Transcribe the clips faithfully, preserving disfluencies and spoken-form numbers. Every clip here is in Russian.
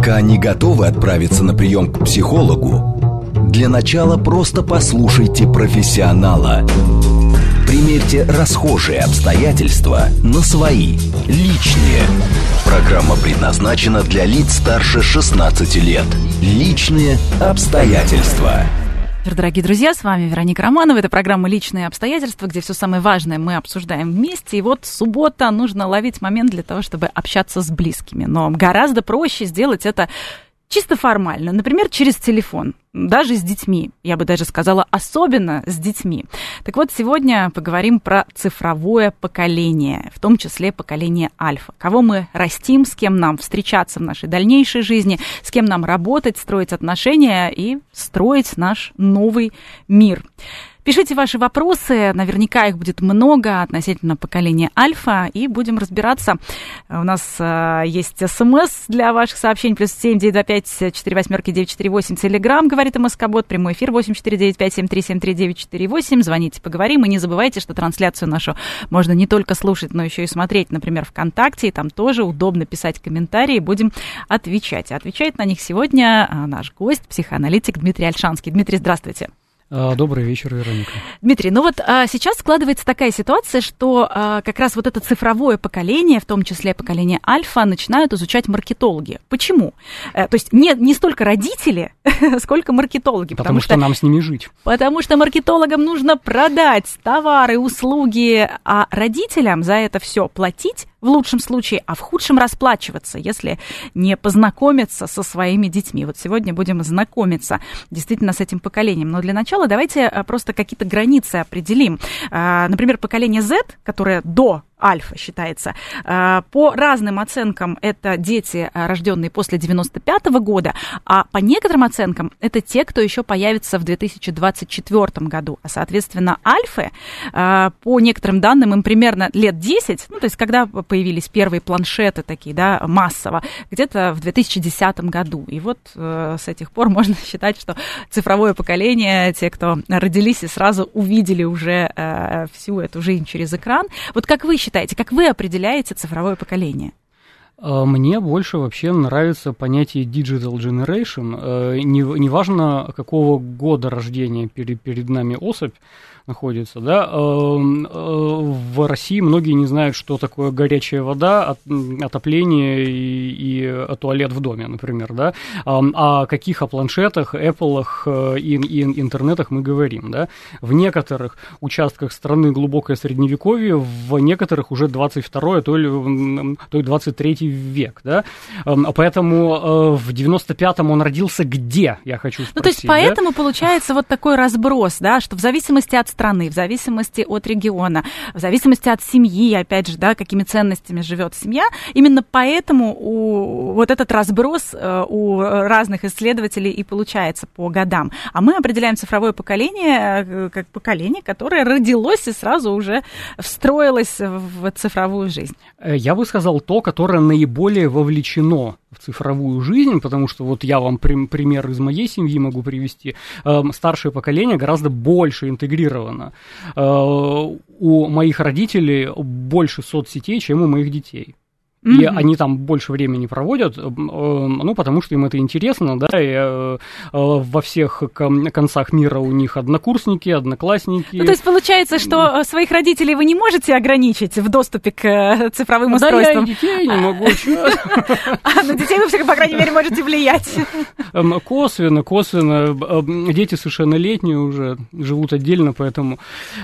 Пока не готовы отправиться на прием к психологу, для начала просто послушайте профессионала. Примерьте расхожие обстоятельства на свои, личные. Программа предназначена для лиц старше шестнадцати лет. Личные обстоятельства. Дорогие друзья, с вами Вероника Романова. Это программа «Личные обстоятельства», где все самое важное мы обсуждаем вместе. И вот суббота, нужно ловить момент для того, чтобы общаться с близкими. Но гораздо проще сделать это чисто формально, например, через телефон, даже с детьми, я бы даже сказала, особенно с детьми. Так вот, сегодня поговорим про цифровое поколение, в том числе поколение альфа. Кого мы растим, с кем нам встречаться в нашей дальнейшей жизни, с кем нам работать, строить отношения и строить наш новый мир. Пишите ваши вопросы, наверняка их будет много относительно поколения альфа, и будем разбираться. У нас э, есть смс для ваших сообщений, плюс семь девять два пять четыре восьмерки девять четыре восемь, телеграм, говорит МСК-бот, прямой эфир восемь четыре девять пять семь три семь три девять четыре восемь, звоните, поговорим, и не забывайте, что трансляцию нашу можно не только слушать, но еще и смотреть, например, ВКонтакте, и там тоже удобно писать комментарии, будем отвечать. Отвечает на них сегодня наш гость, психоаналитик Дмитрий Ольшанский. Дмитрий, здравствуйте. Добрый вечер, Вероника. Дмитрий, ну вот а, сейчас складывается такая ситуация, что а, как раз вот это цифровое поколение, в том числе поколение альфа, начинают изучать маркетологи. Почему? А, то есть не, не столько родители, сколько маркетологи. Потому, потому что, что нам с ними жить. Потому что маркетологам нужно продать товары, услуги, а родителям за это все платить, в лучшем случае, а в худшем расплачиваться, если не познакомиться со своими детьми. Вот сегодня будем знакомиться действительно с этим поколением. Но для начала давайте просто какие-то границы определим. Например, поколение Z, которое до альфа считается, по разным оценкам это дети, рожденные после девяносто пятого года, а по некоторым оценкам это те, кто еще появится в две тысячи двадцать четвёртом году. А, соответственно, альфы, по некоторым данным, им примерно лет десять, ну, то есть когда появились первые планшеты такие, да, массово, где-то в две тысячи десятом году. И вот с этих пор можно считать, что цифровое поколение, те, кто родились и сразу увидели уже всю эту жизнь через экран. Вот как вы считаете, как вы определяете цифровое поколение? Мне больше вообще нравится понятие digital generation. Неважно, какого года рождения перед, перед нами особь находится, да, в России многие не знают, что такое горячая вода, отопление и, и туалет в доме, например, да, о каких о планшетах, Apple и, и интернетах мы говорим, да. В некоторых участках страны глубокое средневековье, в некоторых уже двадцать второй, то ли, то ли двадцать третий век, да, поэтому в девяносто пятом он родился где, я хочу спросить. Ну, то есть поэтому да? Получается вот такой разброс, да, что в зависимости от страны, в зависимости от региона, в зависимости от семьи, опять же, да, какими ценностями живет семья, именно поэтому у, вот этот разброс у разных исследователей и получается по годам. А мы определяем цифровое поколение как поколение, которое родилось и сразу уже встроилось в цифровую жизнь. Я бы сказал, то, которое наиболее вовлечено в цифровую жизнь, потому что вот я вам при, пример из моей семьи могу привести. Э, старшее поколение гораздо больше интегрировано. Э, у моих родителей больше соцсетей, чем у моих детей. И mm-hmm. они там больше времени проводят, э, ну, потому что им это интересно, да, и э, во всех концах мира у них однокурсники, одноклассники. Ну, то есть получается, что своих родителей вы не можете ограничить в доступе к цифровым устройствам? Да, я и детей не могу. А на детей вы, по крайней мере, можете влиять? Косвенно, косвенно. Дети совершеннолетние уже живут отдельно, поэтому...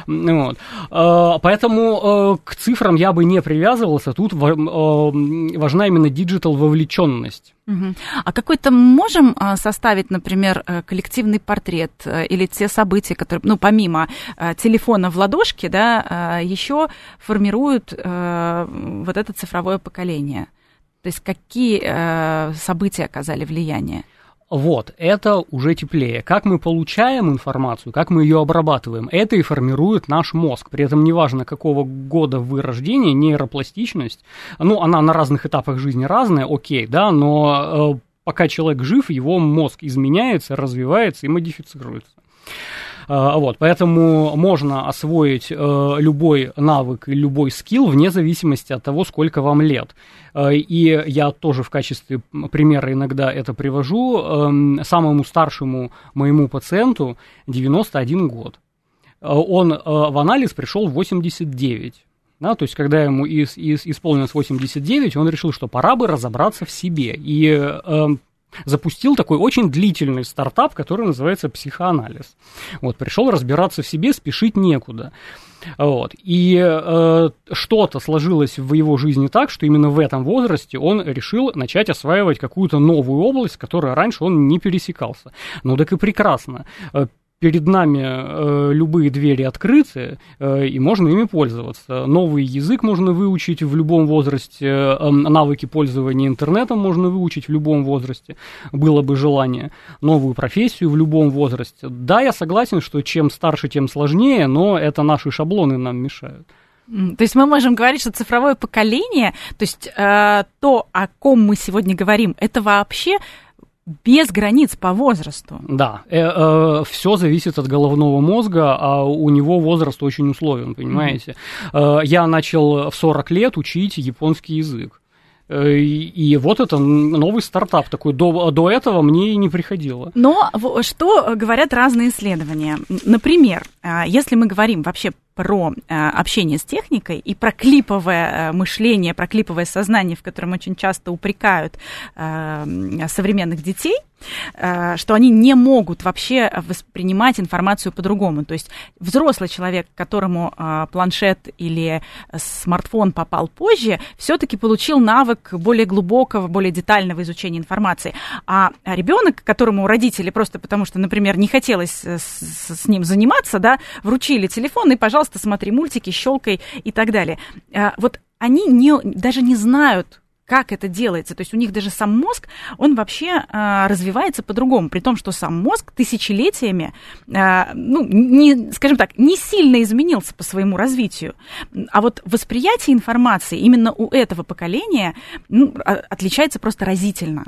Поэтому к цифрам я бы не привязывался, тут... важна именно диджитал-вовлеченность. Угу. А какой-то можем составить, например, коллективный портрет или те события, которые, ну, помимо телефона в ладошке, да, еще формируют вот это цифровое поколение? То есть какие события оказали влияние? Вот, это уже теплее. Как мы получаем информацию, как мы ее обрабатываем, это и формирует наш мозг. При этом неважно, какого года вы рождения, нейропластичность, ну, она на разных этапах жизни разная, окей, да, но э, пока человек жив, его мозг изменяется, развивается и модифицируется. Вот, поэтому можно освоить любой навык и любой скилл вне зависимости от того, сколько вам лет. И я тоже в качестве примера иногда это привожу. Самому старшему моему пациенту девяносто один год. Он в анализ пришел в восемьдесят девять. Да, то есть, когда ему из, из, исполнилось восемьдесят девять, он решил, что пора бы разобраться в себе. И э, запустил такой очень длительный стартап, который называется «Психоанализ». Вот, пришел разбираться в себе, спешить некуда. Вот. И э, что-то сложилось в его жизни так, что именно в этом возрасте он решил начать осваивать какую-то новую область, с которой раньше он не пересекался. Ну так и прекрасно. Перед нами э, любые двери открыты, э, и можно ими пользоваться. Новый язык можно выучить в любом возрасте, э, навыки пользования интернетом можно выучить в любом возрасте, было бы желание. Новую профессию в любом возрасте. Да, я согласен, что чем старше, тем сложнее, но это наши шаблоны нам мешают. То есть мы можем говорить, что цифровое поколение, то есть э, то, о ком мы сегодня говорим, это вообще... без границ по возрасту. Да, э, э, все зависит от головного мозга, а у него возраст очень условен, понимаете. Mm-hmm. Э, я начал в сорок лет учить японский язык. И, и вот это новый стартап такой. До, до этого мне и не приходило. Но что говорят разные исследования? Например, если мы говорим вообще про общение с техникой и про клиповое мышление, про клиповое сознание, в котором очень часто упрекают современных детей, что они не могут вообще воспринимать информацию по-другому. То есть взрослый человек, которому планшет или смартфон попал позже, все-таки получил навык более глубокого, более детального изучения информации. А ребенок, которому родители просто потому, что, например, не хотелось с, с ним заниматься, да, вручили телефон и, пожалуйста, смотри мультики, щелкай и так далее. Вот они не, даже не знают, как это делается. То есть у них даже сам мозг, он вообще а, развивается по-другому, при том, что сам мозг тысячелетиями, а, ну, не, скажем так, не сильно изменился по своему развитию. А вот восприятие информации именно у этого поколения ну, отличается просто разительно.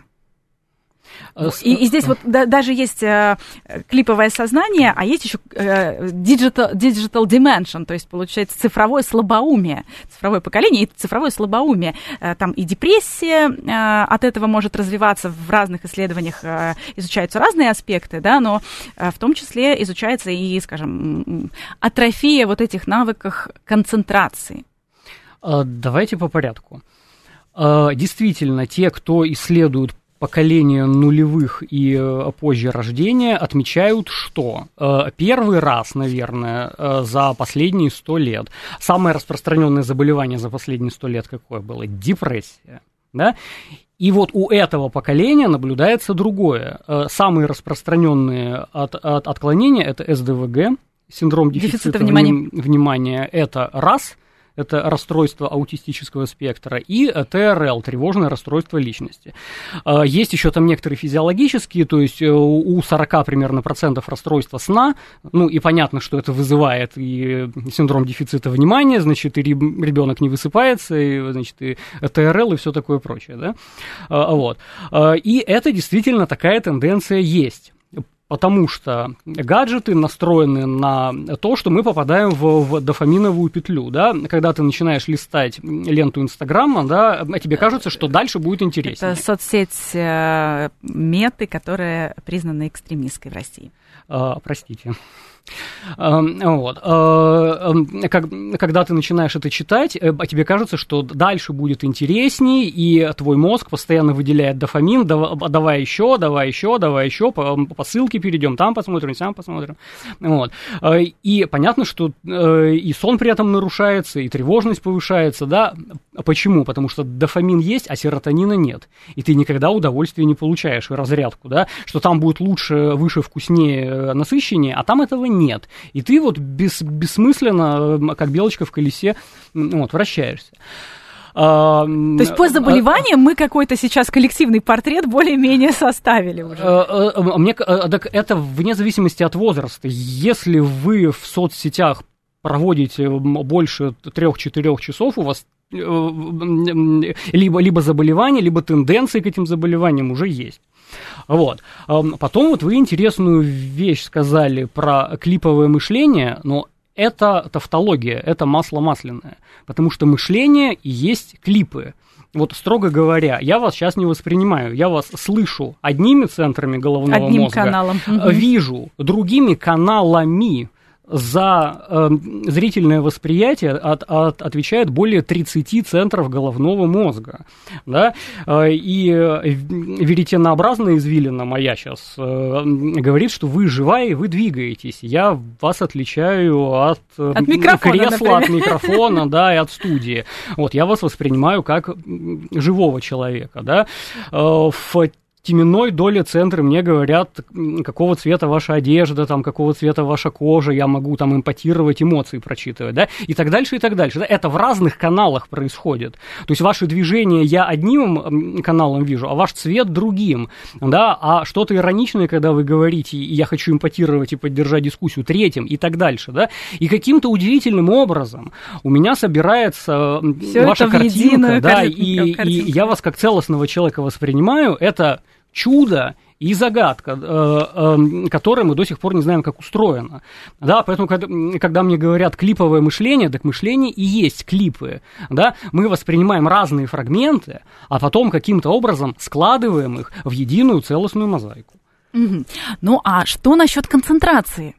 И, и здесь вот да, даже есть э, клиповое сознание, а есть еще э, digital, digital dimension, то есть получается цифровое слабоумие, цифровое поколение и цифровое слабоумие. Э, там и депрессия э, от этого может развиваться, в разных исследованиях э, изучаются разные аспекты, да, но э, в том числе изучается и, скажем, атрофия вот этих навыков концентрации. Давайте по порядку. Действительно, те, кто исследует поколения нулевых и э, позже рождения, отмечают, что э, первый раз, наверное, э, за последние сто лет, самое распространенное заболевание за последние сто лет какое было? Депрессия. Да? И вот у этого поколения наблюдается другое. Э, самые распространенные от, от, отклонения – это эс дэ вэ гэ, синдром дефицита, дефицита внимания. внимания. Это раз – это расстройство аутистического спектра, и тэ эр эл, тревожное расстройство личности. Есть еще там некоторые физиологические, то есть у сорок примерно процентов расстройства сна, ну и понятно, что это вызывает и синдром дефицита внимания, значит, и ребенок не высыпается, и, значит, и тэ эр эл, и все такое прочее, да? Вот. И это действительно такая тенденция есть. Потому что гаджеты настроены на то, что мы попадаем в, в дофаминовую петлю, да, когда ты начинаешь листать ленту Инстаграма, да, тебе кажется, что дальше будет интереснее. Это соцсеть э, Меты, которая признана экстремистской в России. А, простите. Вот. Когда ты начинаешь это читать, тебе кажется, что дальше будет интересней, и твой мозг постоянно выделяет дофамин, давай еще, давай еще, давай еще, по, по ссылке перейдем, там посмотрим, там посмотрим. Вот. И понятно, что и сон при этом нарушается, и тревожность повышается, да. Почему? Потому что дофамин есть, а серотонина нет. И ты никогда удовольствия не получаешь, и разрядку, да, что там будет лучше, выше, вкуснее, насыщеннее, а там этого нет. И ты вот бес, бессмысленно, как белочка в колесе, вот, вращаешься. То есть по заболеваниям мы какой-то сейчас коллективный портрет более-менее составили уже. Мне, так это вне зависимости от возраста. Если вы в соцсетях проводите больше трех-четырех часов, у вас либо, либо заболевания, либо тенденции к этим заболеваниям уже есть. Вот. Потом вот вы интересную вещь сказали про клиповое мышление, но это тавтология, это масло масляное, потому что мышление и есть клипы. Вот, строго говоря, я вас сейчас не воспринимаю, я вас слышу одними центрами головного Одним мозга, каналом. вижу другими каналами. За э, зрительное восприятие от, от, отвечает более тридцать центров головного мозга. Да? И веретенообразная извилина моя сейчас э, говорит, что вы живая и вы двигаетесь. Я вас отличаю от, от микрофона, кресла, например. От микрофона, да, и от студии. Вот, я вас воспринимаю как живого человека. Да? В теменной доле центра мне говорят, какого цвета ваша одежда, там, какого цвета ваша кожа, я могу там импотировать, эмоции прочитывать, да, и так дальше, и так дальше. Да? Это в разных каналах происходит. То есть ваши движения я одним каналом вижу, а ваш цвет другим, да, а что-то ироничное, когда вы говорите, я хочу импотировать и поддержать дискуссию, третьим, и так дальше, да, и каким-то удивительным образом у меня собирается Всё ваша картинка, да, и, и я вас как целостного человека воспринимаю, это чудо и загадка, которой мы до сих пор не знаем, как устроена. Да, поэтому, когда, когда мне говорят клиповое мышление, так мышление и есть клипы. Да? Мы воспринимаем разные фрагменты, а потом каким-то образом складываем их в единую целостную мозаику. Угу. Ну, а что насчет концентрации?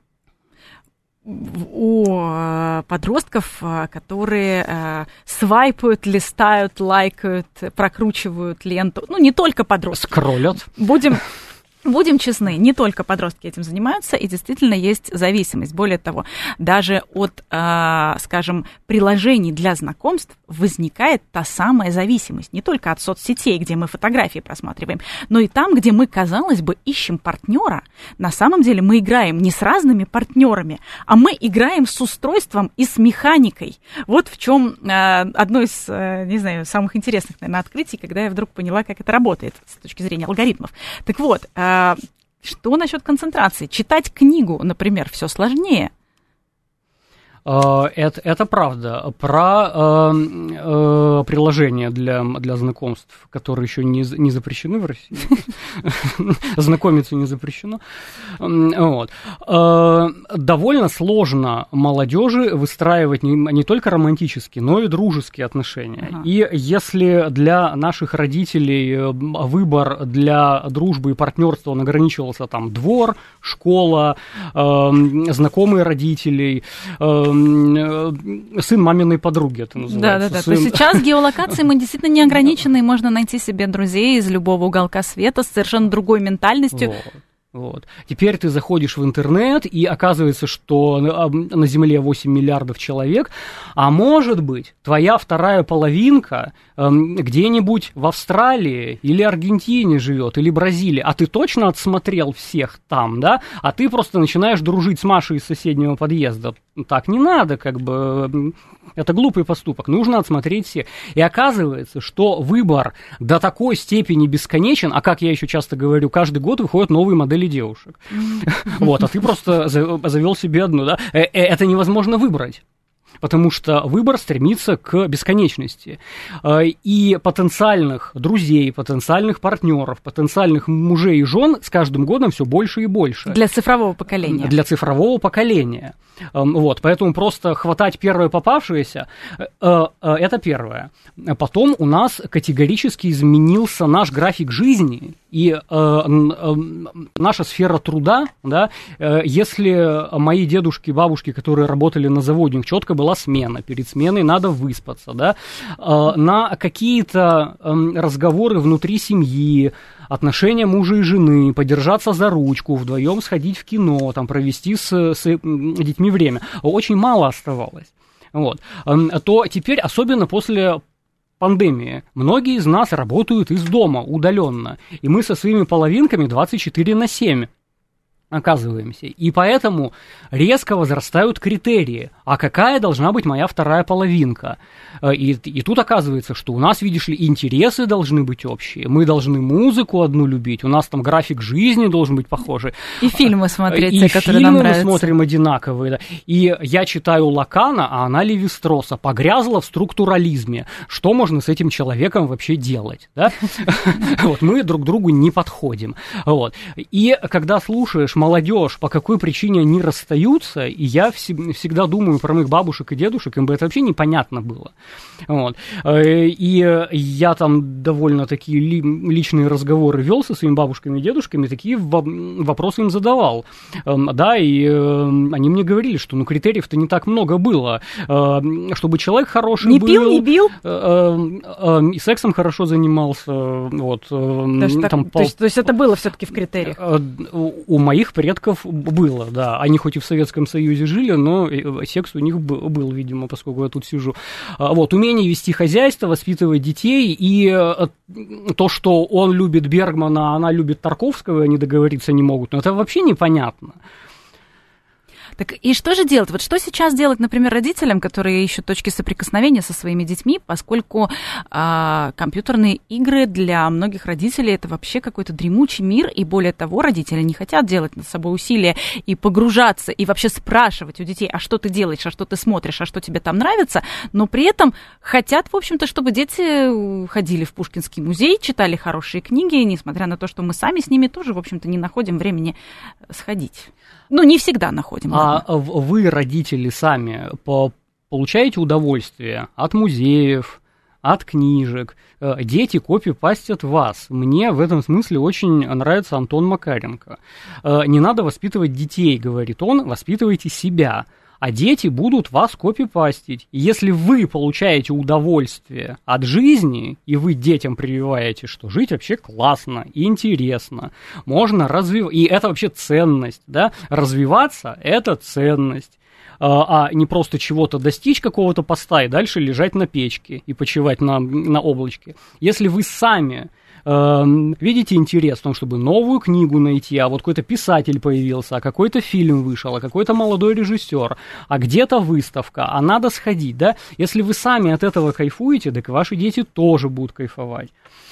У подростков, которые свайпают, листают, лайкают, прокручивают ленту, ну, не только подростки. Скроллят. Будем... Будем честны, не только подростки этим занимаются, и действительно есть зависимость. Более того, даже от, э, скажем, приложений для знакомств возникает та самая зависимость. Не только от соцсетей, где мы фотографии просматриваем, но и там, где мы, казалось бы, ищем партнера. На самом деле мы играем не с разными партнерами, а мы играем с устройством и с механикой. Вот в чем э, одно из, э, не знаю, самых интересных, наверное, открытий, когда я вдруг поняла, как это работает с точки зрения алгоритмов. Так вот, э, что насчет концентрации? Читать книгу, например, все сложнее. Это, это правда. Про э, э, приложения для, для знакомств, которые еще не, не запрещены в России. Знакомиться не запрещено. Вот. Довольно сложно молодежи выстраивать не, не только романтические, но и дружеские отношения. Ага. И если для наших родителей выбор для дружбы и партнерства он ограничивался там двор, школа, э, знакомые родителей, э, сын маминой подруги, это называется. Да-да-да, сын... то есть сейчас геолокации мы действительно не ограничены, и можно найти себе друзей из любого уголка света с совершенно другой ментальностью. Вот. Вот. Теперь ты заходишь в интернет, и оказывается, что на Земле восемь миллиардов человек, а может быть, твоя вторая половинка эм, где-нибудь в Австралии или Аргентине живет, или Бразилии, а ты точно отсмотрел всех там, да? А ты просто начинаешь дружить с Машей из соседнего подъезда. Так не надо, как бы, это глупый поступок, нужно отсмотреть всех. И оказывается, что выбор до такой степени бесконечен, а как я еще часто говорю, каждый год выходят новые модели девушек. Вот, а ты просто завел себе одну, да? Это невозможно выбрать. Потому что выбор стремится к бесконечности. И потенциальных друзей, потенциальных партнеров, потенциальных мужей и жен с каждым годом все больше и больше. Для цифрового поколения. Для цифрового поколения. Вот, поэтому просто хватать первое попавшееся, это первое. Потом у нас категорически изменился наш график жизни и наша сфера труда. Да, если мои дедушки, бабушки, которые работали на заводе, у них четко была смена, перед сменой надо выспаться, да, на какие-то разговоры внутри семьи, отношения мужа и жены, подержаться за ручку, вдвоем сходить в кино, там, провести с, с детьми время, очень мало оставалось. Вот. То теперь, особенно после пандемии, многие из нас работают из дома удаленно, и мы со своими половинками двадцать четыре на семь. оказываемся. И поэтому резко возрастают критерии. А какая должна быть моя вторая половинка? И, и тут оказывается, что у нас, видишь ли, интересы должны быть общие. Мы должны музыку одну любить. У нас там график жизни должен быть похожий. И фильмы смотреть, и которые нам нравятся. И фильмы мы смотрим одинаковые. Да. И я читаю Лакана, а она Леви-Строса. Погрязла в структурализме. Что можно с этим человеком вообще делать? Да? Вот, мы друг другу не подходим. Вот. И когда слушаешь молодежь, по какой причине они расстаются, и я всегда думаю про моих бабушек и дедушек, им бы это вообще непонятно было. Вот. И я там довольно такие личные разговоры вел со своими бабушками и дедушками, такие вопросы им задавал. Да, и они мне говорили, что ну, критериев-то не так много было. Чтобы человек хороший не был. Не пил, не бил? И сексом хорошо занимался. Вот, то, есть, там, так, пол... то, есть, то есть это было все-таки в критериях? У моих предков было, да. Они хоть и в Советском Союзе жили, но секс у них был, был, видимо, поскольку я тут сижу. Вот, умение вести хозяйство, воспитывать детей, и то, что он любит Бергмана, а она любит Тарковского, и они договориться не могут, ну, это вообще непонятно. Так и что же делать? Вот что сейчас делать, например, родителям, которые ищут точки соприкосновения со своими детьми, поскольку а, компьютерные игры для многих родителей это вообще какой-то дремучий мир, и более того, родители не хотят делать над собой усилия и погружаться, и вообще спрашивать у детей, а что ты делаешь, а что ты смотришь, а что тебе там нравится, но при этом хотят, в общем-то, чтобы дети ходили в Пушкинский музей, читали хорошие книги, несмотря на то, что мы сами с ними тоже, в общем-то, не находим времени сходить. Ну, не всегда находим. А вы, родители, сами получаете удовольствие от музеев, от книжек? Дети копипастят вас. Мне в этом смысле очень нравится Антон Макаренко. Не надо воспитывать детей, говорит он, воспитывайте себя. А дети будут вас копипастить. И если вы получаете удовольствие от жизни, и вы детям прививаете, что жить вообще классно и интересно, можно развивать, и это вообще ценность, да, развиваться – это ценность. А не просто чего-то достичь, какого-то поста, и дальше лежать на печке и почивать на, на облачке. Если вы сами э, видите интерес в том, чтобы новую книгу найти, а вот какой-то писатель появился, а какой-то фильм вышел, а какой-то молодой режиссер, а где-то выставка, а надо сходить, да? Если вы сами от этого кайфуете, так ваши дети тоже будут кайфовать.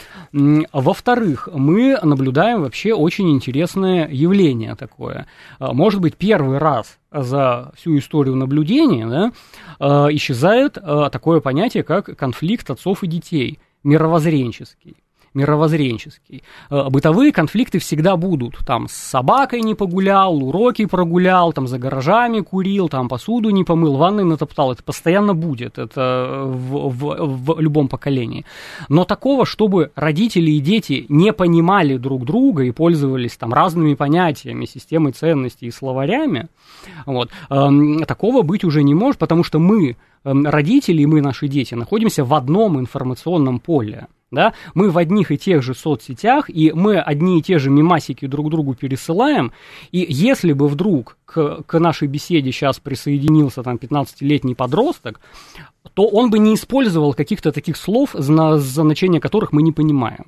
Во-вторых, мы наблюдаем вообще очень интересное явление такое. Может быть, первый раз за всю историю наблюдения, да, исчезает такое понятие, как конфликт отцов и детей, мировоззренческий. мировоззренческий. Бытовые конфликты всегда будут. Там с собакой не погулял, уроки прогулял, там за гаражами курил, там посуду не помыл, ванной натоптал. Это постоянно будет. Это в, в, в любом поколении. Но такого, чтобы родители и дети не понимали друг друга и пользовались там разными понятиями, системой ценностей и словарями, вот, э, такого быть уже не может, потому что мы, э, родители и мы, наши дети, находимся в одном информационном поле. Да? Мы в одних и тех же соцсетях, и мы одни и те же мемасики друг другу пересылаем, и если бы вдруг к, к нашей беседе сейчас присоединился там пятнадцатилетний подросток, то он бы не использовал каких-то таких слов, значения которых мы не понимаем.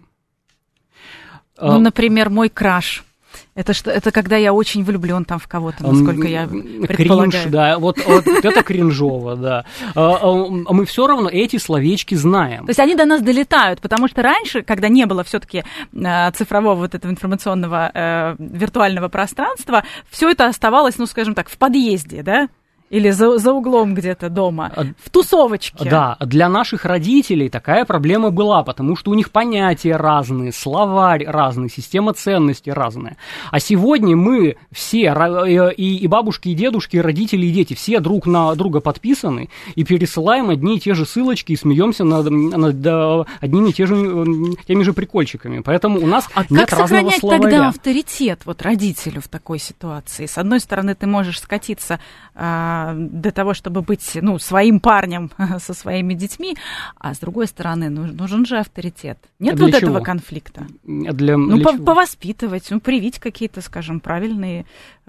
Ну, например, мой краш. Это, что, это когда я очень влюблен там в кого-то, насколько я предполагаю. Кринж, да, вот, вот это кринжово, да. Мы все равно эти словечки знаем. То есть они до нас долетают, потому что раньше, когда не было все-таки цифрового вот этого информационного э, виртуального пространства, все это оставалось, ну, скажем так, в подъезде, да? Или за, за углом где-то дома, в тусовочке. Да, для наших родителей такая проблема была, потому что у них понятия разные, словарь разный, система ценностей разная. А сегодня мы все, и, и бабушки, и дедушки, и родители, и дети, все друг на друга подписаны, и пересылаем одни и те же ссылочки, и смеемся над, над одними и те же, теми же прикольчиками. Поэтому у нас а нет разного словаря. А как сохранять тогда авторитет вот, родителю в такой ситуации? С одной стороны, ты можешь скатиться до того, чтобы быть, ну, своим парнем со своими детьми, а с другой стороны, нужен же авторитет. Нет для вот чего? этого конфликта. Для, ну, для по- повоспитывать, ну, привить какие-то, скажем, правильные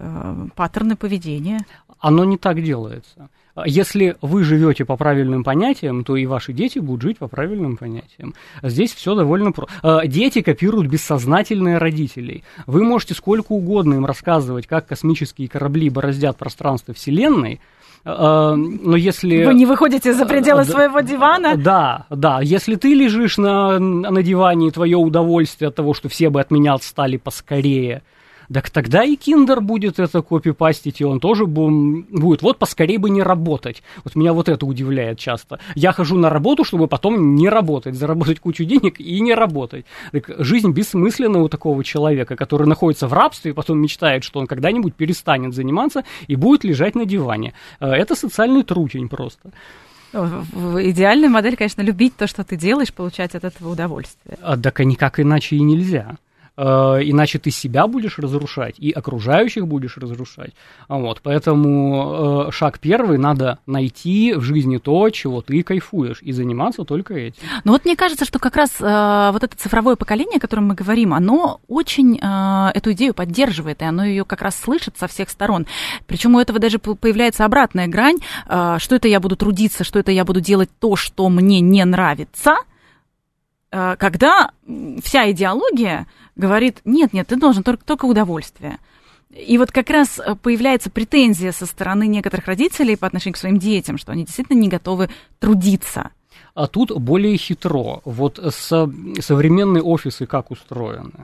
паттерны поведения. Оно не так делается. Если вы живете по правильным понятиям, то и ваши дети будут жить по правильным понятиям. Здесь все довольно просто. Дети копируют бессознательные родителей. Вы можете сколько угодно им рассказывать, как космические корабли бороздят пространство Вселенной, но если... Вы не выходите за пределы да, своего дивана? Да, да. Если ты лежишь на, на диване, и твое удовольствие от того, что все бы от меня отстали поскорее, так тогда и Киндер будет это копипастить, и он тоже будет. Вот поскорее бы не работать. Вот меня вот это удивляет часто. Я хожу на работу, чтобы потом не работать, заработать кучу денег и не работать. Так жизнь бессмысленна у такого человека, который находится в рабстве и потом мечтает, что он когда-нибудь перестанет заниматься и будет лежать на диване. Это социальный трутень просто. Идеальная модель, конечно, любить то, что ты делаешь, получать от этого удовольствие. А, так и никак иначе и нельзя. Иначе ты себя будешь разрушать и окружающих будешь разрушать. Вот, поэтому э, шаг первый, надо найти в жизни то, чего ты кайфуешь, и заниматься только этим. Ну вот мне кажется, что как раз э, вот это цифровое поколение, о котором мы говорим, оно очень э, эту идею поддерживает, и оно ее как раз слышит со всех сторон. Причем у этого даже появляется обратная грань, э, что это я буду трудиться, что это я буду делать то, что мне не нравится, э, когда вся идеология говорит, нет, нет, ты должен только, только удовольствие. И вот как раз появляется претензия со стороны некоторых родителей по отношению к своим детям, что они действительно не готовы трудиться. А тут более хитро. Вот со, современные офисы как устроены?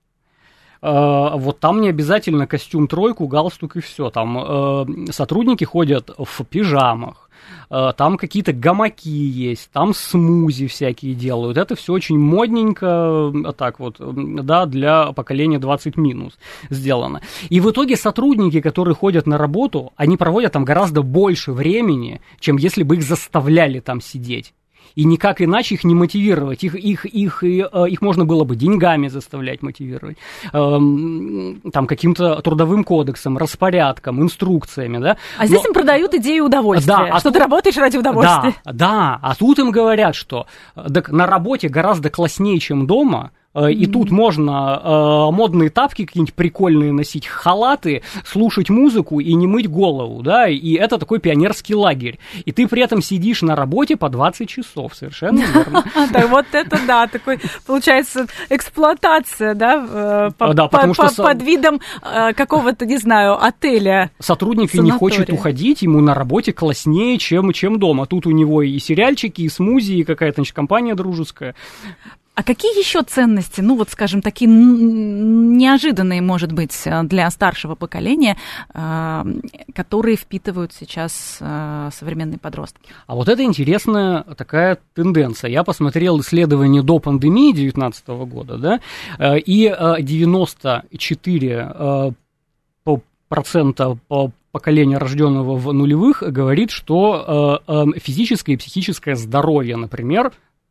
Вот там не обязательно костюм тройку, галстук и все. Там э, сотрудники ходят в пижамах, э, там какие-то гамаки есть, там смузи всякие делают. Это все очень модненько, так вот, да, для поколения двадцать минус сделано. И в итоге сотрудники, которые ходят на работу, они проводят там гораздо больше времени, чем если бы их заставляли там сидеть. И никак иначе их не мотивировать. Их, их, их, их можно было бы деньгами заставлять мотивировать. Эм, там, каким-то трудовым кодексом, распорядком, инструкциями. Да? А здесь Но... им продают идею удовольствия. Да, а что тут... ты работаешь ради удовольствия. Да, да, а тут им говорят, что так, на работе гораздо класснее, чем дома. И mm-hmm. тут можно э, модные тапки какие-нибудь прикольные носить, халаты, слушать музыку и не мыть голову, да, и это такой пионерский лагерь. И ты при этом сидишь на работе по двадцать часов, совершенно верно. Так вот это да, такой, получается, эксплуатация, да, под видом какого-то, не знаю, отеля. Сотрудник не хочет уходить, ему на работе класснее, чем дома. Тут у него и сериальчики, и смузи, и какая-то, значит, компания дружеская. А какие еще ценности, ну вот, скажем, такие неожиданные, может быть, для старшего поколения, которые впитывают сейчас современные подростки? А вот это интересная такая тенденция. Я посмотрел исследование до пандемии две тысячи девятнадцатого года, да, и девяносто четыре процента поколения, рожденного в нулевых, говорит, что физическое и психическое здоровье, например,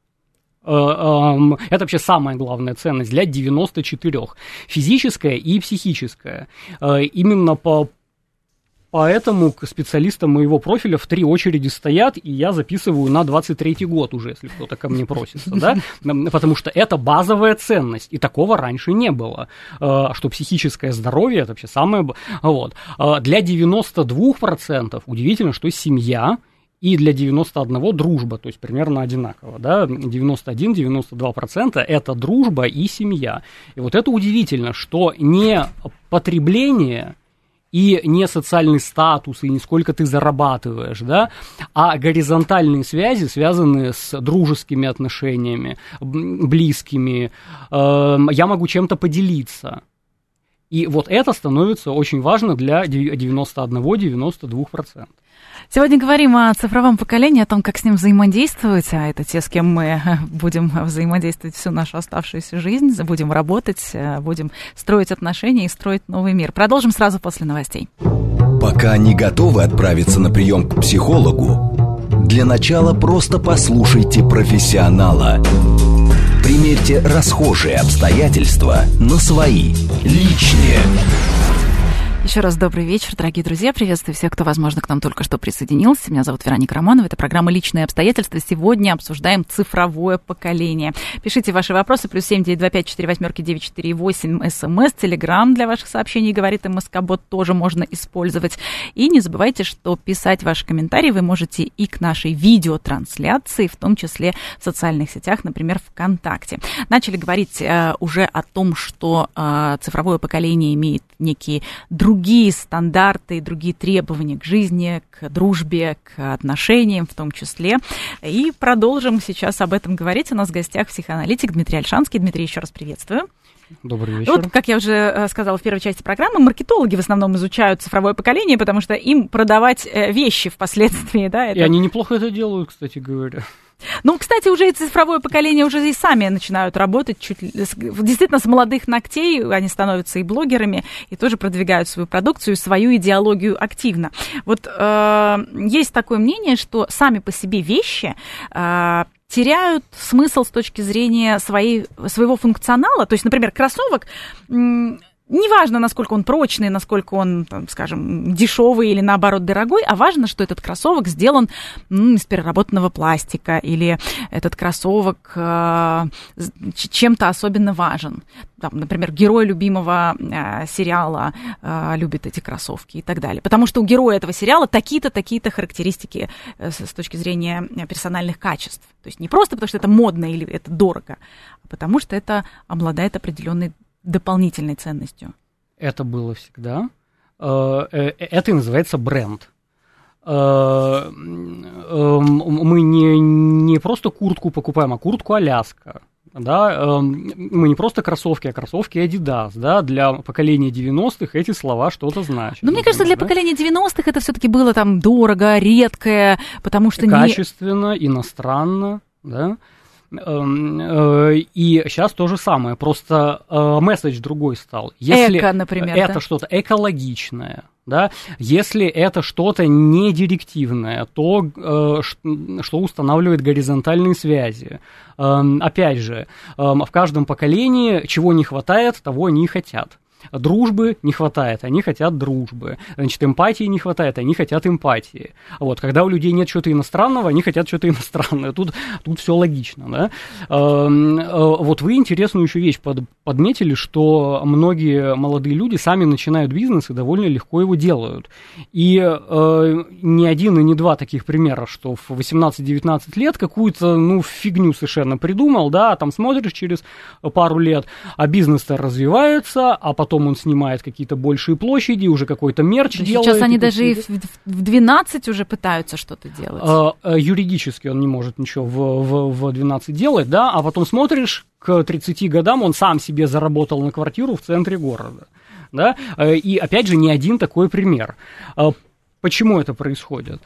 это вообще самая главная ценность для девяноста четырёх. Физическая и психическая. Именно по, поэтому к специалистам моего профиля в три очереди стоят, и я записываю на двадцать третий год уже, если кто-то ко мне просится, да? Потому что это базовая ценность, и такого раньше не было, что психическое здоровье – это вообще самое... Вот. Для девяноста двух процентов удивительно, что семья... И для девяноста одного процента дружба, то есть примерно одинаково, да, девяносто один - девяносто два процента это дружба и семья. И вот это удивительно, что не потребление и не социальный статус, и не сколько ты зарабатываешь, да, а горизонтальные связи, связанные с дружескими отношениями, близкими, э, я могу чем-то поделиться. И вот это становится очень важно для девяноста одного - девяноста двух процентов. Сегодня говорим о цифровом поколении, о том, как с ним взаимодействовать, а это те, с кем мы будем взаимодействовать всю нашу оставшуюся жизнь, будем работать, будем строить отношения и строить новый мир. Продолжим сразу после новостей. Пока не готовы отправиться на прием к психологу, для начала просто послушайте профессионала. Примерьте расхожие обстоятельства на свои, личные. Еще раз добрый вечер, дорогие друзья. Приветствую всех, кто, возможно, к нам только что присоединился. Меня зовут Вероника Романова. Это программа «Личные обстоятельства». Сегодня обсуждаем цифровое поколение. Пишите ваши вопросы. Плюс семь девять два пять четыре восьмерки девять четыре восемь. СМС, Телеграм для ваших сообщений, говорит МСК-бот, тоже можно использовать. И не забывайте, что писать ваши комментарии вы можете и к нашей видеотрансляции, в том числе в социальных сетях, например, ВКонтакте. Начали говорить э, уже о том, что э, цифровое поколение имеет некие другие стандарты, другие требования к жизни, к дружбе, к отношениям в том числе. И продолжим сейчас об этом говорить. У нас в гостях психоаналитик Дмитрий Ольшанский. Дмитрий, еще раз приветствую. Добрый вечер. Вот, как я уже сказала в первой части программы, маркетологи в основном изучают цифровое поколение, потому что им продавать вещи впоследствии. Да, это... И они неплохо это делают, кстати говоря. Ну, кстати, уже и цифровое поколение уже и сами начинают работать чуть ли, действительно с молодых ногтей, они становятся и блогерами, и тоже продвигают свою продукцию, свою идеологию активно. Вот э, есть такое мнение, что сами по себе вещи э, теряют смысл с точки зрения своей, своего функционала. То есть, например, кроссовок... М- Неважно, насколько он прочный, насколько он, там, скажем, дешевый или, наоборот, дорогой, а важно, что этот кроссовок сделан м, из переработанного пластика, или этот кроссовок э, чем-то особенно важен. Там, например, герой любимого э, сериала э, любит эти кроссовки и так далее. Потому что у героя этого сериала такие-то, такие-то характеристики э, с, с точки зрения персональных качеств. То есть не просто потому, что это модно или это дорого, а потому что это обладает определенной дополнительной ценностью. Это было всегда. Это и называется бренд. Мы не, не просто куртку покупаем, а куртку Аляска. Да? Мы не просто кроссовки, а кроссовки Adidas. Да? Для поколения девяностых эти слова что-то значат. Но мне кажется, для да? поколения девяностых это все-таки было там дорого, редкое, потому что... Качественно, не... иностранно, да? И сейчас то же самое, просто э, месседж другой стал. Если Эко, например, это да? что-то экологичное, да, если это что-то не директивное, то э, что устанавливает горизонтальные связи. Э, опять же, э, в каждом поколении чего не хватает, того они и хотят. Дружбы не хватает, они хотят дружбы. Значит, эмпатии не хватает, они хотят эмпатии. Вот, когда у людей нет чего-то иностранного, они хотят что-то иностранное. Тут, тут все логично, да? Вот вы интересную еще вещь подметили, что многие молодые люди сами начинают бизнес и довольно легко его делают. И ни один и не два таких примера, что в восемнадцать-девятнадцать лет какую-то, ну, фигню совершенно придумал, да, там смотришь через пару лет, а бизнес-то развивается, а потом он снимает какие-то большие площади, уже какой-то мерч да делает. Сейчас они даже и в, в двенадцать уже пытаются что-то делать. А, юридически он не может ничего в, в, в двенадцать делать, да, а потом смотришь, к тридцати годам он сам себе заработал на квартиру в центре города, да, и опять же не один такой пример. Почему это происходит?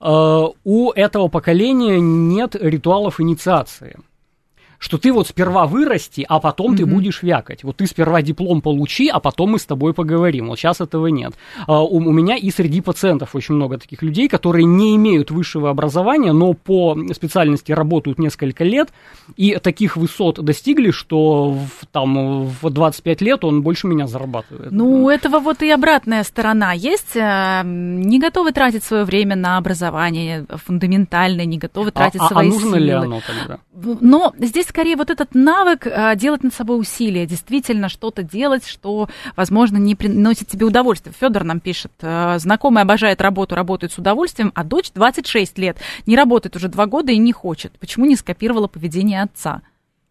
У этого поколения нет ритуалов инициации. Что ты вот сперва вырасти, а потом mm-hmm. ты будешь вякать. Вот ты сперва диплом получи, а потом мы с тобой поговорим. Вот сейчас этого нет. А, у, у меня и среди пациентов очень много таких людей, которые не имеют высшего образования, но по специальности работают несколько лет, и таких высот достигли, что в, там, в двадцать пять лет он больше меня зарабатывает. Ну, у этого вот и обратная сторона есть. Не готовы тратить свое время на образование фундаментальное, не готовы тратить а, свои а, а нужно силы. ли оно тогда? Но здесь скорее вот этот навык а, делать над собой усилия, действительно что-то делать, что, возможно, не приносит тебе удовольствие. Федор нам пишет, знакомый обожает работу, работает с удовольствием, а дочь двадцать шесть лет, не работает уже два года и не хочет. Почему не скопировала поведение отца?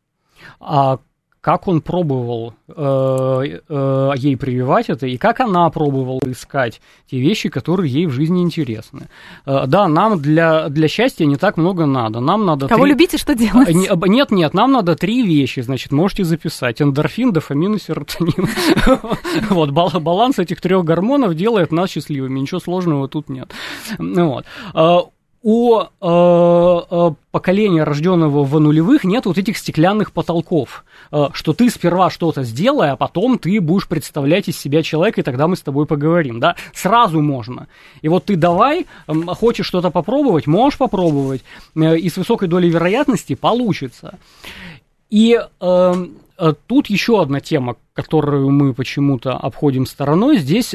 А как он пробовал э, э, ей прививать это, и как она пробовала искать те вещи, которые ей в жизни интересны. Э, да, нам для, для счастья не так много надо. Нам надо Кого три... любите, что делать? Нет, нет, нам надо три вещи, значит, можете записать. Эндорфин, дофамин и серотонин. Вот, баланс этих трех гормонов делает нас счастливыми. Ничего сложного тут нет. Вот. У э, э, поколения, рожденного в нулевых, нет вот этих стеклянных потолков, э, что ты сперва что-то сделай, а потом ты будешь представлять из себя человека, и тогда мы с тобой поговорим, да, сразу можно. И вот ты давай, э, хочешь что-то попробовать, можешь попробовать, э, и с высокой долей вероятности получится. И э, тут еще одна тема, которую мы почему-то обходим стороной. Здесь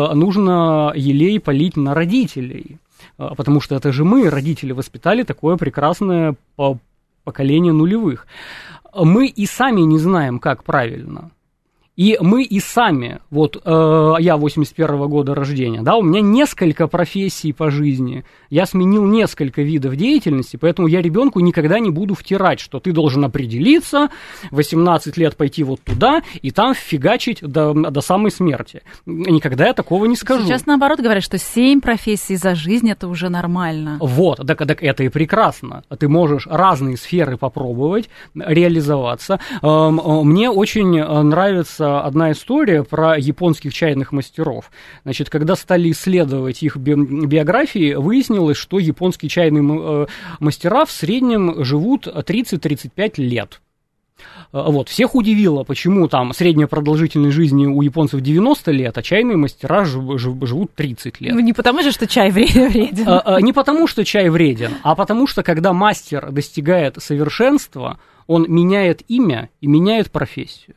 нужно елей полить на родителей, потому что это же мы, родители, воспитали такое прекрасное поколение нулевых. Мы и сами не знаем, как правильно. И мы и сами, вот э, я восемьдесят первого года рождения, да, у меня несколько профессий по жизни, я сменил несколько видов деятельности, поэтому я ребенку никогда не буду втирать, что ты должен определиться, восемнадцать лет пойти вот туда и там фигачить до, до самой смерти. Никогда я такого не скажу. Сейчас наоборот говорят, что семь профессий за жизнь – это уже нормально. Вот, так, так это и прекрасно. Ты можешь разные сферы попробовать, реализоваться. Мне очень нравится одна история про японских чайных мастеров. Значит, когда стали исследовать их би- биографии, выяснилось, что японские чайные м- мастера в среднем живут тридцать-тридцать пять лет. Вот, всех удивило, почему там средняя продолжительность жизни у японцев девяносто лет, а чайные мастера жив- жив- живут тридцать лет. Ну, не потому же, что чай вреден. А, а, не потому, что чай вреден, а потому что, когда мастер достигает совершенства, он меняет имя и меняет профессию.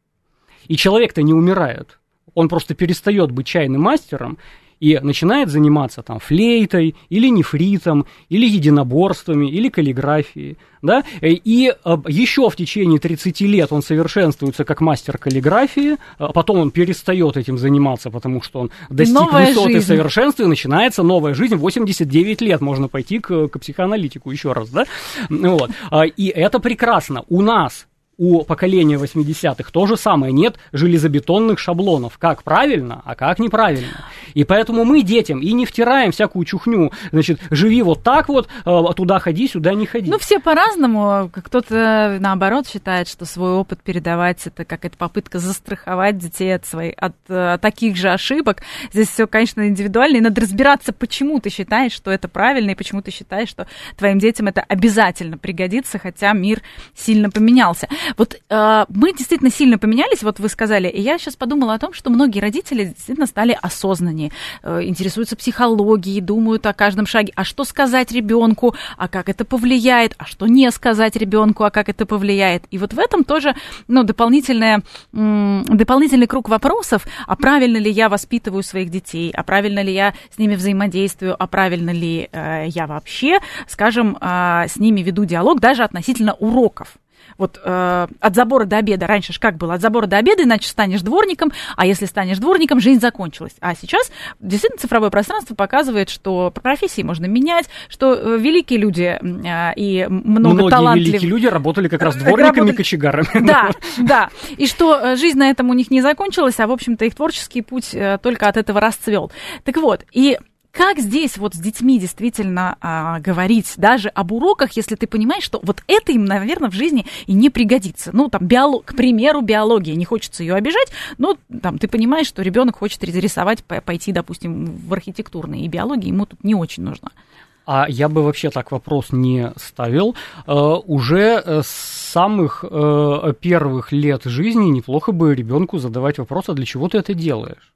И человек-то не умирает, он просто перестает быть чайным мастером и начинает заниматься там флейтой, или нефритом, или единоборствами, или каллиграфией, да, и еще в течение тридцати лет он совершенствуется как мастер каллиграфии, потом он перестает этим заниматься, потому что он достиг новая высоты жизнь. Совершенства, и начинается новая жизнь, в восемьдесят девять лет можно пойти к, к психоаналитику еще раз, да, вот, и это прекрасно, у нас у поколения восьмидесятых то же самое, нет железобетонных шаблонов, как правильно, а как неправильно. И поэтому мы детям и не втираем всякую чухню, значит, живи вот так вот, туда ходи, сюда не ходи. Ну, все по-разному. Кто-то, наоборот, считает, что свой опыт передавать, это какая-то попытка застраховать детей от, своих, от, от таких же ошибок. Здесь все, конечно, индивидуально, и надо разбираться, почему ты считаешь, что это правильно, и почему ты считаешь, что твоим детям это обязательно пригодится, хотя мир сильно поменялся. Вот э, мы действительно сильно поменялись, вот вы сказали, и я сейчас подумала о том, что многие родители действительно стали осознаннее, э, интересуются психологией, думают о каждом шаге, а что сказать ребенку, а как это повлияет, а что не сказать ребенку, а как это повлияет. И вот в этом тоже, ну, дополнительная, м- дополнительный круг вопросов, а правильно ли я воспитываю своих детей, а правильно ли я с ними взаимодействую, а правильно ли э, я вообще, скажем, э, с ними веду диалог даже относительно уроков. Вот э, от забора до обеда, раньше же как было, от забора до обеда, иначе станешь дворником, а если станешь дворником, жизнь закончилась. А сейчас действительно цифровое пространство показывает, что профессии можно менять, что э, великие люди э, и много Многие талантливых... великие люди работали как раз дворниками работали... и кочегарами. Да, да, и что жизнь на этом у них не закончилась, а, в общем-то, их творческий путь э, только от этого расцвел. Так вот, и... Как здесь вот с детьми действительно а, говорить даже об уроках, если ты понимаешь, что вот это им, наверное, в жизни и не пригодится. Ну, там, биолог, к примеру, биология, не хочется ее обижать, но там ты понимаешь, что ребенок хочет рисовать, пойти, допустим, в архитектурный, и биология ему тут не очень нужна. А я бы вообще так вопрос не ставил. Uh, уже с самых uh, первых лет жизни неплохо бы ребенку задавать вопрос, а для чего ты это делаешь?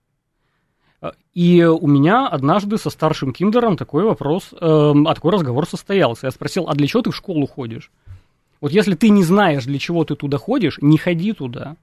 И у меня однажды со старшим киндером такой вопрос, э, такой разговор состоялся. Я спросил, а для чего ты в школу ходишь? Вот если ты не знаешь, для чего ты туда ходишь, не ходи туда.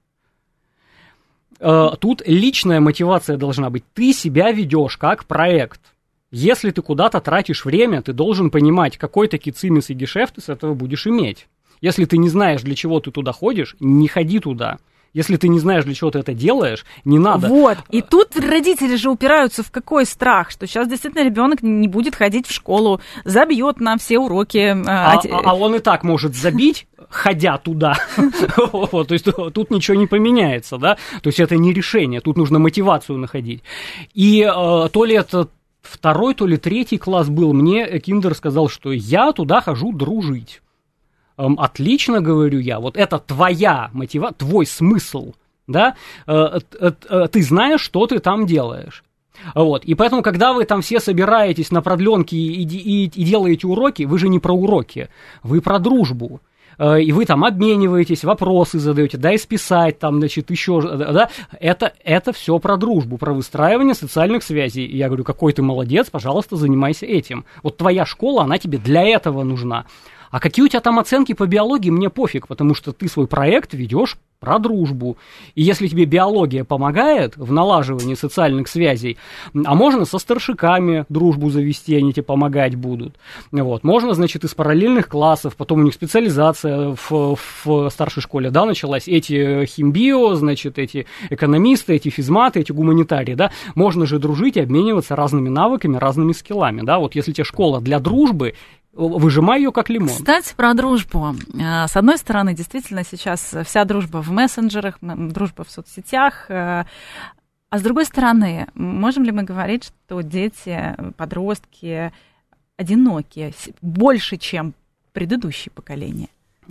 Э, тут личная мотивация должна быть. Ты себя ведешь как проект. Если ты куда-то тратишь время, ты должен понимать, какой таки цимис и гешефт ты с этого будешь иметь. Если ты не знаешь, для чего ты туда ходишь, не ходи туда. Если ты не знаешь, для чего ты это делаешь, не надо. Вот. И тут родители же упираются в какой страх, что сейчас действительно ребенок не будет ходить в школу, забьет на все уроки. А, а, а он и так может забить, ходя туда. То есть тут ничего не поменяется, да? То есть это не решение, тут нужно мотивацию находить. И то ли это второй, то ли третий класс был, мне киндер сказал, что я туда хожу дружить. Отлично, говорю я, вот это твоя мотивация, твой смысл, да, ты знаешь, что ты там делаешь. Вот. И поэтому, когда вы там все собираетесь на продленке и, и, и делаете уроки, вы же не про уроки, вы про дружбу. И вы там обмениваетесь, вопросы задаете, дай списать, там, значит, еще, да, это, это все про дружбу, про выстраивание социальных связей. И я говорю, какой ты молодец, пожалуйста, занимайся этим. Вот твоя школа, она тебе для этого нужна. А какие у тебя там оценки по биологии, мне пофиг, потому что ты свой проект ведешь про дружбу. И если тебе биология помогает в налаживании социальных связей, а можно со старшиками дружбу завести, они тебе помогать будут. Вот. Можно, значит, из параллельных классов, потом у них специализация в, в старшей школе, да, началась. Эти химбио, значит, эти экономисты, эти физматы, эти гуманитарии, да. Можно же дружить и обмениваться разными навыками, разными скиллами, да. Вот если тебе школа для дружбы, выжимай ее как лимон. Кстати, про дружбу. С одной стороны, действительно, сейчас вся дружба в мессенджерах, дружба в соцсетях. А с другой стороны, можем ли мы говорить, что дети, подростки одинокие больше, чем предыдущие поколения?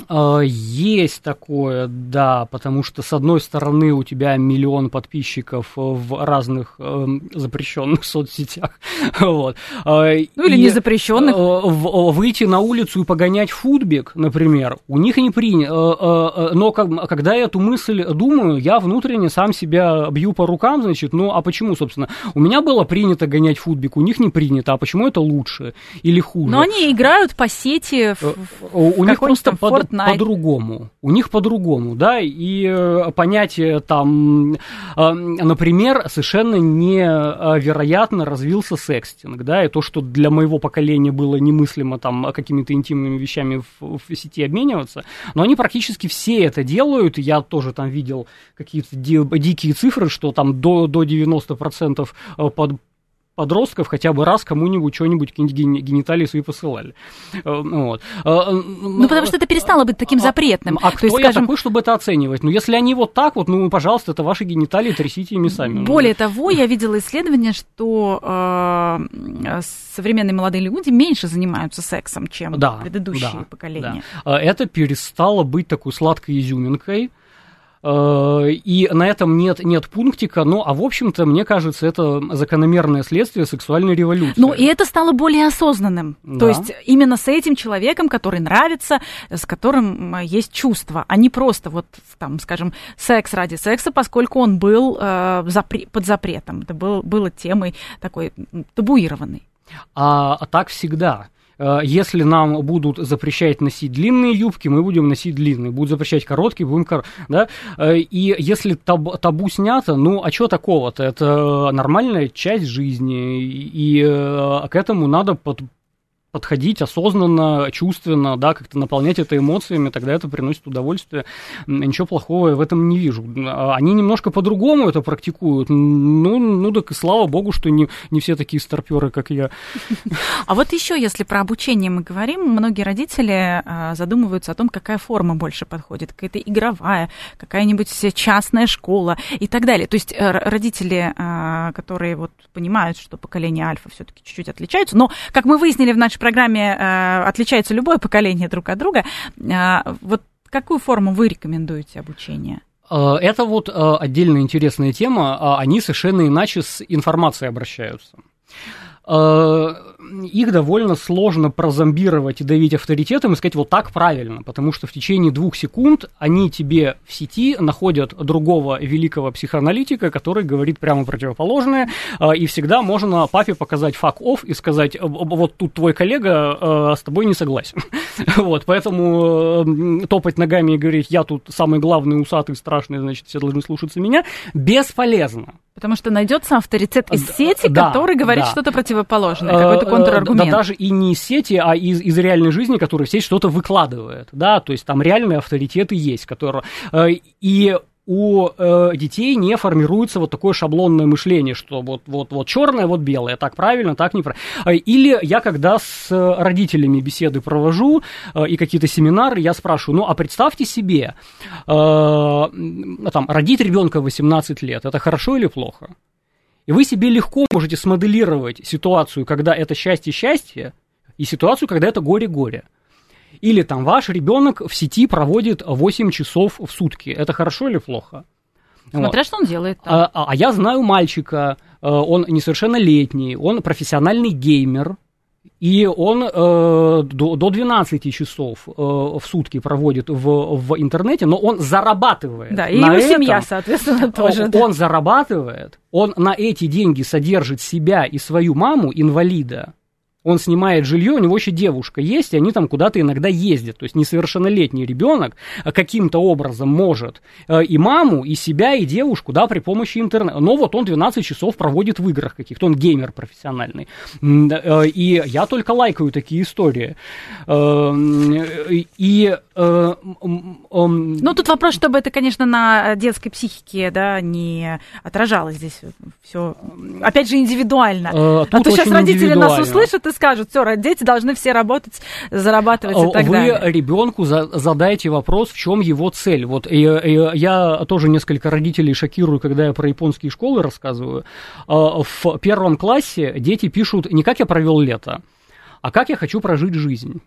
Есть такое, да, потому что, с одной стороны, у тебя миллион подписчиков в разных э, запрещенных соцсетях. Вот. Ну, или и, незапрещенных. Выйти на улицу и погонять футбик, например, у них не принято. Но как, когда я эту мысль думаю, я внутренне сам себя бью по рукам, значит, ну, а почему, собственно? У меня было принято гонять футбик, у них не принято, а почему это лучше или хуже? Но они играют по сети в, у них просто под, по-другому. У них по-другому, да, и э, понятие там, э, например, совершенно невероятно развился секстинг, да, и то, что для моего поколения было немыслимо там какими-то интимными вещами в, в сети обмениваться, но они практически все это делают, я тоже там видел какие-то ди- дикие цифры, что там до, до девяносто процентов под подростков хотя бы раз кому-нибудь что-нибудь, какие-нибудь гениталии свои посылали. Вот. Ну, потому что это перестало быть таким запретным. А, а То кто есть, я скажем... такой, чтобы это оценивать? Ну, если они вот так вот, ну, пожалуйста, это ваши гениталии, трясите ими сами. Более того, я видела исследование, что э, современные молодые люди меньше занимаются сексом, чем да, предыдущие да, поколения. Да. Это перестало быть такой сладкой изюминкой. И на этом нет, нет пунктика, ну, а в общем-то, мне кажется, это закономерное следствие сексуальной революции. Ну, и это стало более осознанным. Да. То есть именно с этим человеком, который нравится, с которым есть чувства, а не просто вот, там, скажем, секс ради секса, поскольку он был э, запре- под запретом. Это был, было темой такой табуированной. А, а так всегда. Если нам будут запрещать носить длинные юбки, мы будем носить длинные. Будут запрещать короткие, будем короткие. Да? И если табу, табу снято, ну, а что такого-то? Это нормальная часть жизни. И к этому надо под, подходить осознанно, чувственно, да, как-то наполнять это эмоциями, тогда это приносит удовольствие. Ничего плохого я в этом не вижу. Они немножко по-другому это практикуют. Ну, ну так и слава богу, что не, не все такие старпёры, как я. А вот еще, если про обучение мы говорим, многие родители задумываются о том, какая форма больше подходит, какая-то игровая, какая-нибудь частная школа и так далее. То есть родители, которые вот понимают, что поколение альфа все-таки чуть-чуть отличаются, но, как мы выяснили в нашей программе, э, отличается любое поколение друг от друга. Э, вот какую форму вы рекомендуете обучения? Это вот э, отдельная интересная тема. Они совершенно иначе с информацией обращаются. Э, их довольно сложно прозомбировать и давить авторитетом и сказать вот так правильно, потому что в течение двух секунд они тебе в сети находят другого великого психоаналитика, который говорит прямо противоположное, и всегда можно папе показать fuck-off и сказать, вот тут твой коллега с тобой не согласен. Вот, поэтому топать ногами и говорить, я тут самый главный, усатый, страшный, значит, все должны слушаться меня, бесполезно. Потому что найдется авторитет из сети, да, который говорит да. что-то противоположное, какой-то контраргумент. Да, даже и не из сети, а из, из реальной жизни, который в сеть что-то выкладывает. Да, то есть там реальные авторитеты есть, которые... И у э, детей не формируется вот такое шаблонное мышление, что вот, вот, вот черное, вот белое, так правильно, так неправильно. Или я когда с родителями беседы провожу э, и какие-то семинары, я спрашиваю, ну а представьте себе, э, там, родить ребенка в восемнадцать лет, это хорошо или плохо? И вы себе легко можете смоделировать ситуацию, когда это счастье-счастье, и ситуацию, когда это горе-горе. Или там ваш ребенок в сети проводит восемь часов в сутки. Это хорошо или плохо? Смотря вот. Что он делает. А, а, а я знаю мальчика, он несовершеннолетний, он профессиональный геймер, и он э, до, до двенадцати часов э, в сутки проводит в, в интернете, но он зарабатывает. Да, и его этом, семья, соответственно, тоже. Он, да. он зарабатывает, он на эти деньги содержит себя и свою маму, инвалида. Он снимает жилье, у него еще девушка есть, и они там куда-то иногда ездят. То есть несовершеннолетний ребенок каким-то образом может и маму, и себя, и девушку, да, при помощи интернета. Но вот он двенадцать часов проводит в играх каких-то, он геймер профессиональный. И я только лайкаю такие истории. И... Ну, тут вопрос, чтобы это, конечно, на детской психике, да, не отражалось здесь все. Опять же, индивидуально. А, а то сейчас родители нас услышат и скажут, все, дети должны все работать, зарабатывать и так Вы далее. Вы ребенку задайте вопрос, в чем его цель. Вот и, и, я тоже несколько родителей шокирую, когда я про японские школы рассказываю. В первом классе дети пишут не как я провел лето, а как я хочу прожить жизнь.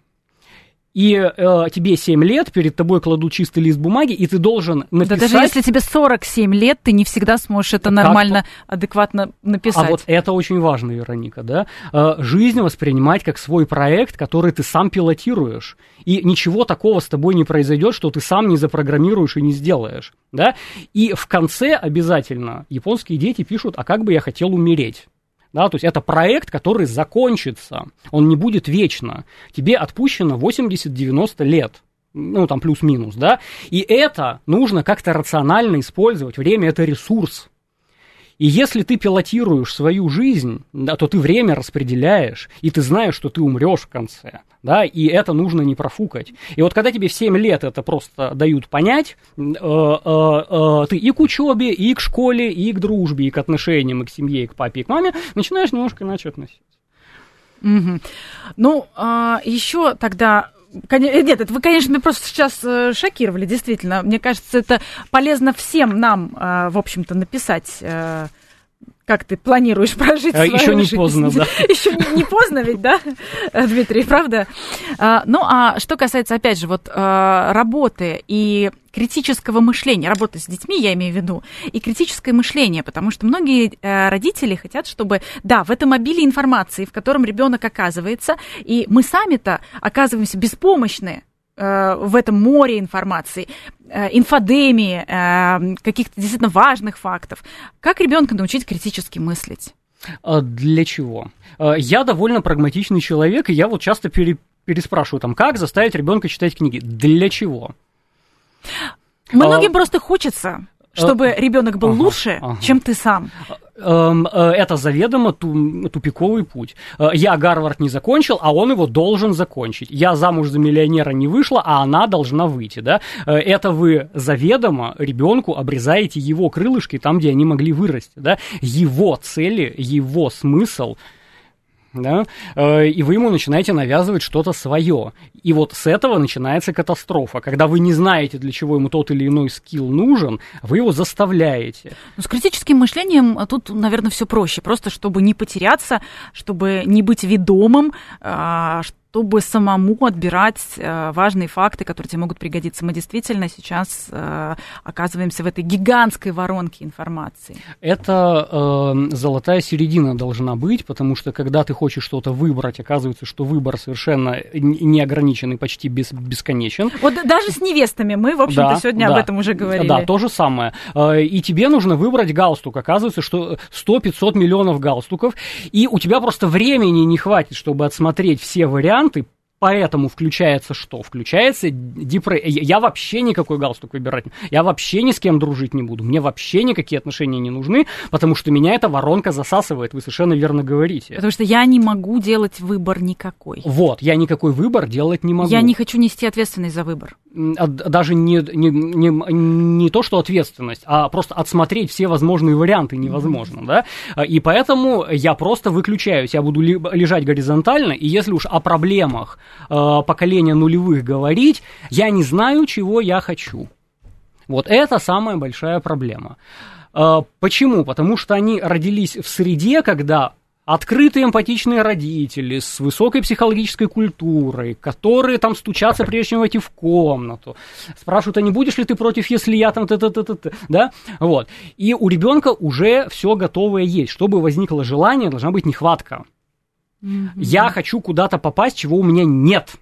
И э, тебе семь лет, перед тобой кладут чистый лист бумаги, и ты должен написать... Да даже если тебе сорок семь лет, ты не всегда сможешь это нормально, как... адекватно написать. А вот это очень важно, Вероника, да? Э, жизнь воспринимать как свой проект, который ты сам пилотируешь. И ничего такого с тобой не произойдет, что ты сам не запрограммируешь и не сделаешь, да? И в конце обязательно японские дети пишут, а как бы я хотел умереть. Да, то есть это проект, который закончится, он не будет вечно. Тебе отпущено восемьдесят-девяносто лет, ну там плюс-минус, да, и это нужно как-то рационально использовать. Время – это ресурс. И если ты пилотируешь свою жизнь, да, то ты время распределяешь, и ты знаешь, что ты умрешь в конце, да, и это нужно не профукать. И вот когда тебе в семь лет это просто дают понять, э, э, э, ты и к учебе, и к школе, и к дружбе, и к отношениям, и к семье, и к папе, и к маме начинаешь немножко иначе относиться. Mm-hmm. Ну, а, еще тогда... Нет, это вы, конечно, меня просто сейчас шокировали, действительно. Мне кажется, это полезно всем нам, в общем-то, написать, как ты планируешь прожить свою жизнь. Еще не поздно, да. Еще не, не поздно ведь, да, Дмитрий, правда? Ну, а что касается, опять же, вот работы и критического мышления, работы с детьми, я имею в виду, и критическое мышление, потому что многие родители хотят, чтобы, да, в этом обилии информации, в котором ребенок оказывается, и мы сами-то оказываемся беспомощны в этом море информации, инфодемии, каких-то действительно важных фактов. Как ребенка научить критически мыслить? Для чего? Я довольно прагматичный человек, и я вот часто пере, переспрашиваю, там, как заставить ребенка читать книги? Для чего? Многим а, просто хочется, чтобы а, ребенок был ага, лучше, ага. чем ты сам. Это заведомо тупиковый путь. Я Гарвард не закончил, а он его должен закончить. Я замуж за миллионера не вышла, а она должна выйти. Да? Это вы заведомо ребенку обрезаете его крылышки там, где они могли вырасти. Да? Его цели, его смысл. Да? И вы ему начинаете навязывать что-то свое. И вот с этого начинается катастрофа. Когда вы не знаете, для чего ему тот или иной скилл нужен, вы его заставляете. Ну, с критическим мышлением тут, наверное, все проще. Просто чтобы не потеряться, чтобы не быть ведомым, чтобы самому отбирать важные факты, которые тебе могут пригодиться. Мы действительно сейчас оказываемся в этой гигантской воронке информации. Это э, золотая середина должна быть, потому что когда ты хочешь что-то выбрать, оказывается, что выбор совершенно неограниченный, почти без, бесконечен. Вот даже с невестами мы, в общем-то, да, сегодня да, об этом уже говорили. Да, то же самое. И тебе нужно выбрать галстук. Оказывается, что сто-пятьсот миллионов галстуков, и у тебя просто времени не хватит, чтобы отсмотреть все варианты. Поэтому включается что? Включается депрессия. Я вообще никакой галстук выбирать. Я вообще ни с кем дружить не буду. Мне вообще никакие отношения не нужны, потому что меня эта воронка засасывает. Вы совершенно верно говорите. Потому что я не могу делать выбор никакой. Вот, я никакой выбор делать не могу. Я не хочу нести ответственность за выбор. Даже не, не, не, не то, что ответственность, а просто отсмотреть все возможные варианты невозможно, mm-hmm. да? И поэтому я просто выключаюсь. Я буду лежать горизонтально, и если уж о проблемах поколения нулевых говорить, я не знаю, чего я хочу. Вот это самая большая проблема. Почему? Потому что они родились в среде, когда открытые эмпатичные родители с высокой психологической культурой, которые там стучатся, прежде чем войти в комнату, спрашивают, а не будешь ли ты против, если я там, т-т-т-т-т, да? Вот. И у ребенка уже все готовое есть. Чтобы возникло желание, должна быть нехватка. Mm-hmm. Я хочу куда-то попасть, чего у меня нет.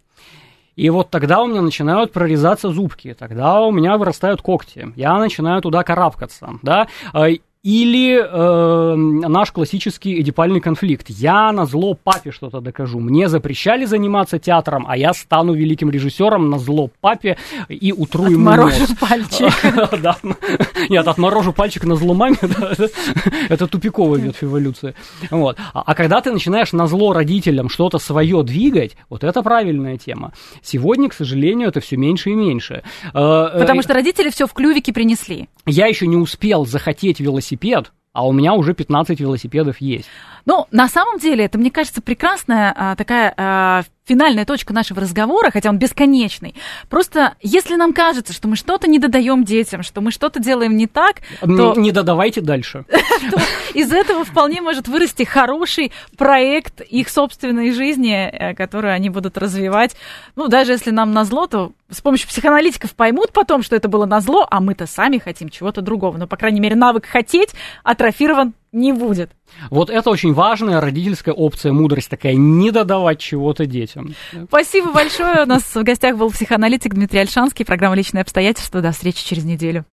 И вот тогда у меня начинают прорезаться зубки, тогда у меня вырастают когти, я начинаю туда карабкаться, да, Или э, наш классический эдипальный конфликт. Я назло папе что-то докажу. Мне запрещали заниматься театром, а я стану великим режиссером назло папе и утру ему нос. Отморожу пальчик. Нет, отморожу пальчик назло маме, это тупиковая ветвь эволюции. А когда ты начинаешь назло родителям что-то свое двигать, вот это правильная тема. Сегодня, к сожалению, это все меньше и меньше. Потому что родители все в клювике принесли. Я еще не успел захотеть велосипед, а у меня уже пятнадцать велосипедов есть. Ну, на самом деле, это, мне кажется, прекрасная а, такая а, финальная точка нашего разговора, хотя он бесконечный. Просто, если нам кажется, что мы что-то не додаем детям, что мы что-то делаем не так, то... Не додавайте дальше. Из этого вполне может вырасти хороший проект их собственной жизни, который они будут развивать. Ну, даже если нам назло, то с помощью психоаналитиков поймут потом, что это было назло, а мы-то сами хотим чего-то другого. Но, по крайней мере, навык хотеть атрофирован не будет. Вот это очень важная родительская опция, мудрость такая, не додавать чего-то детям. Спасибо большое. У нас в гостях был психоаналитик Дмитрий Ольшанский, программа «Личные обстоятельства». До встречи через неделю.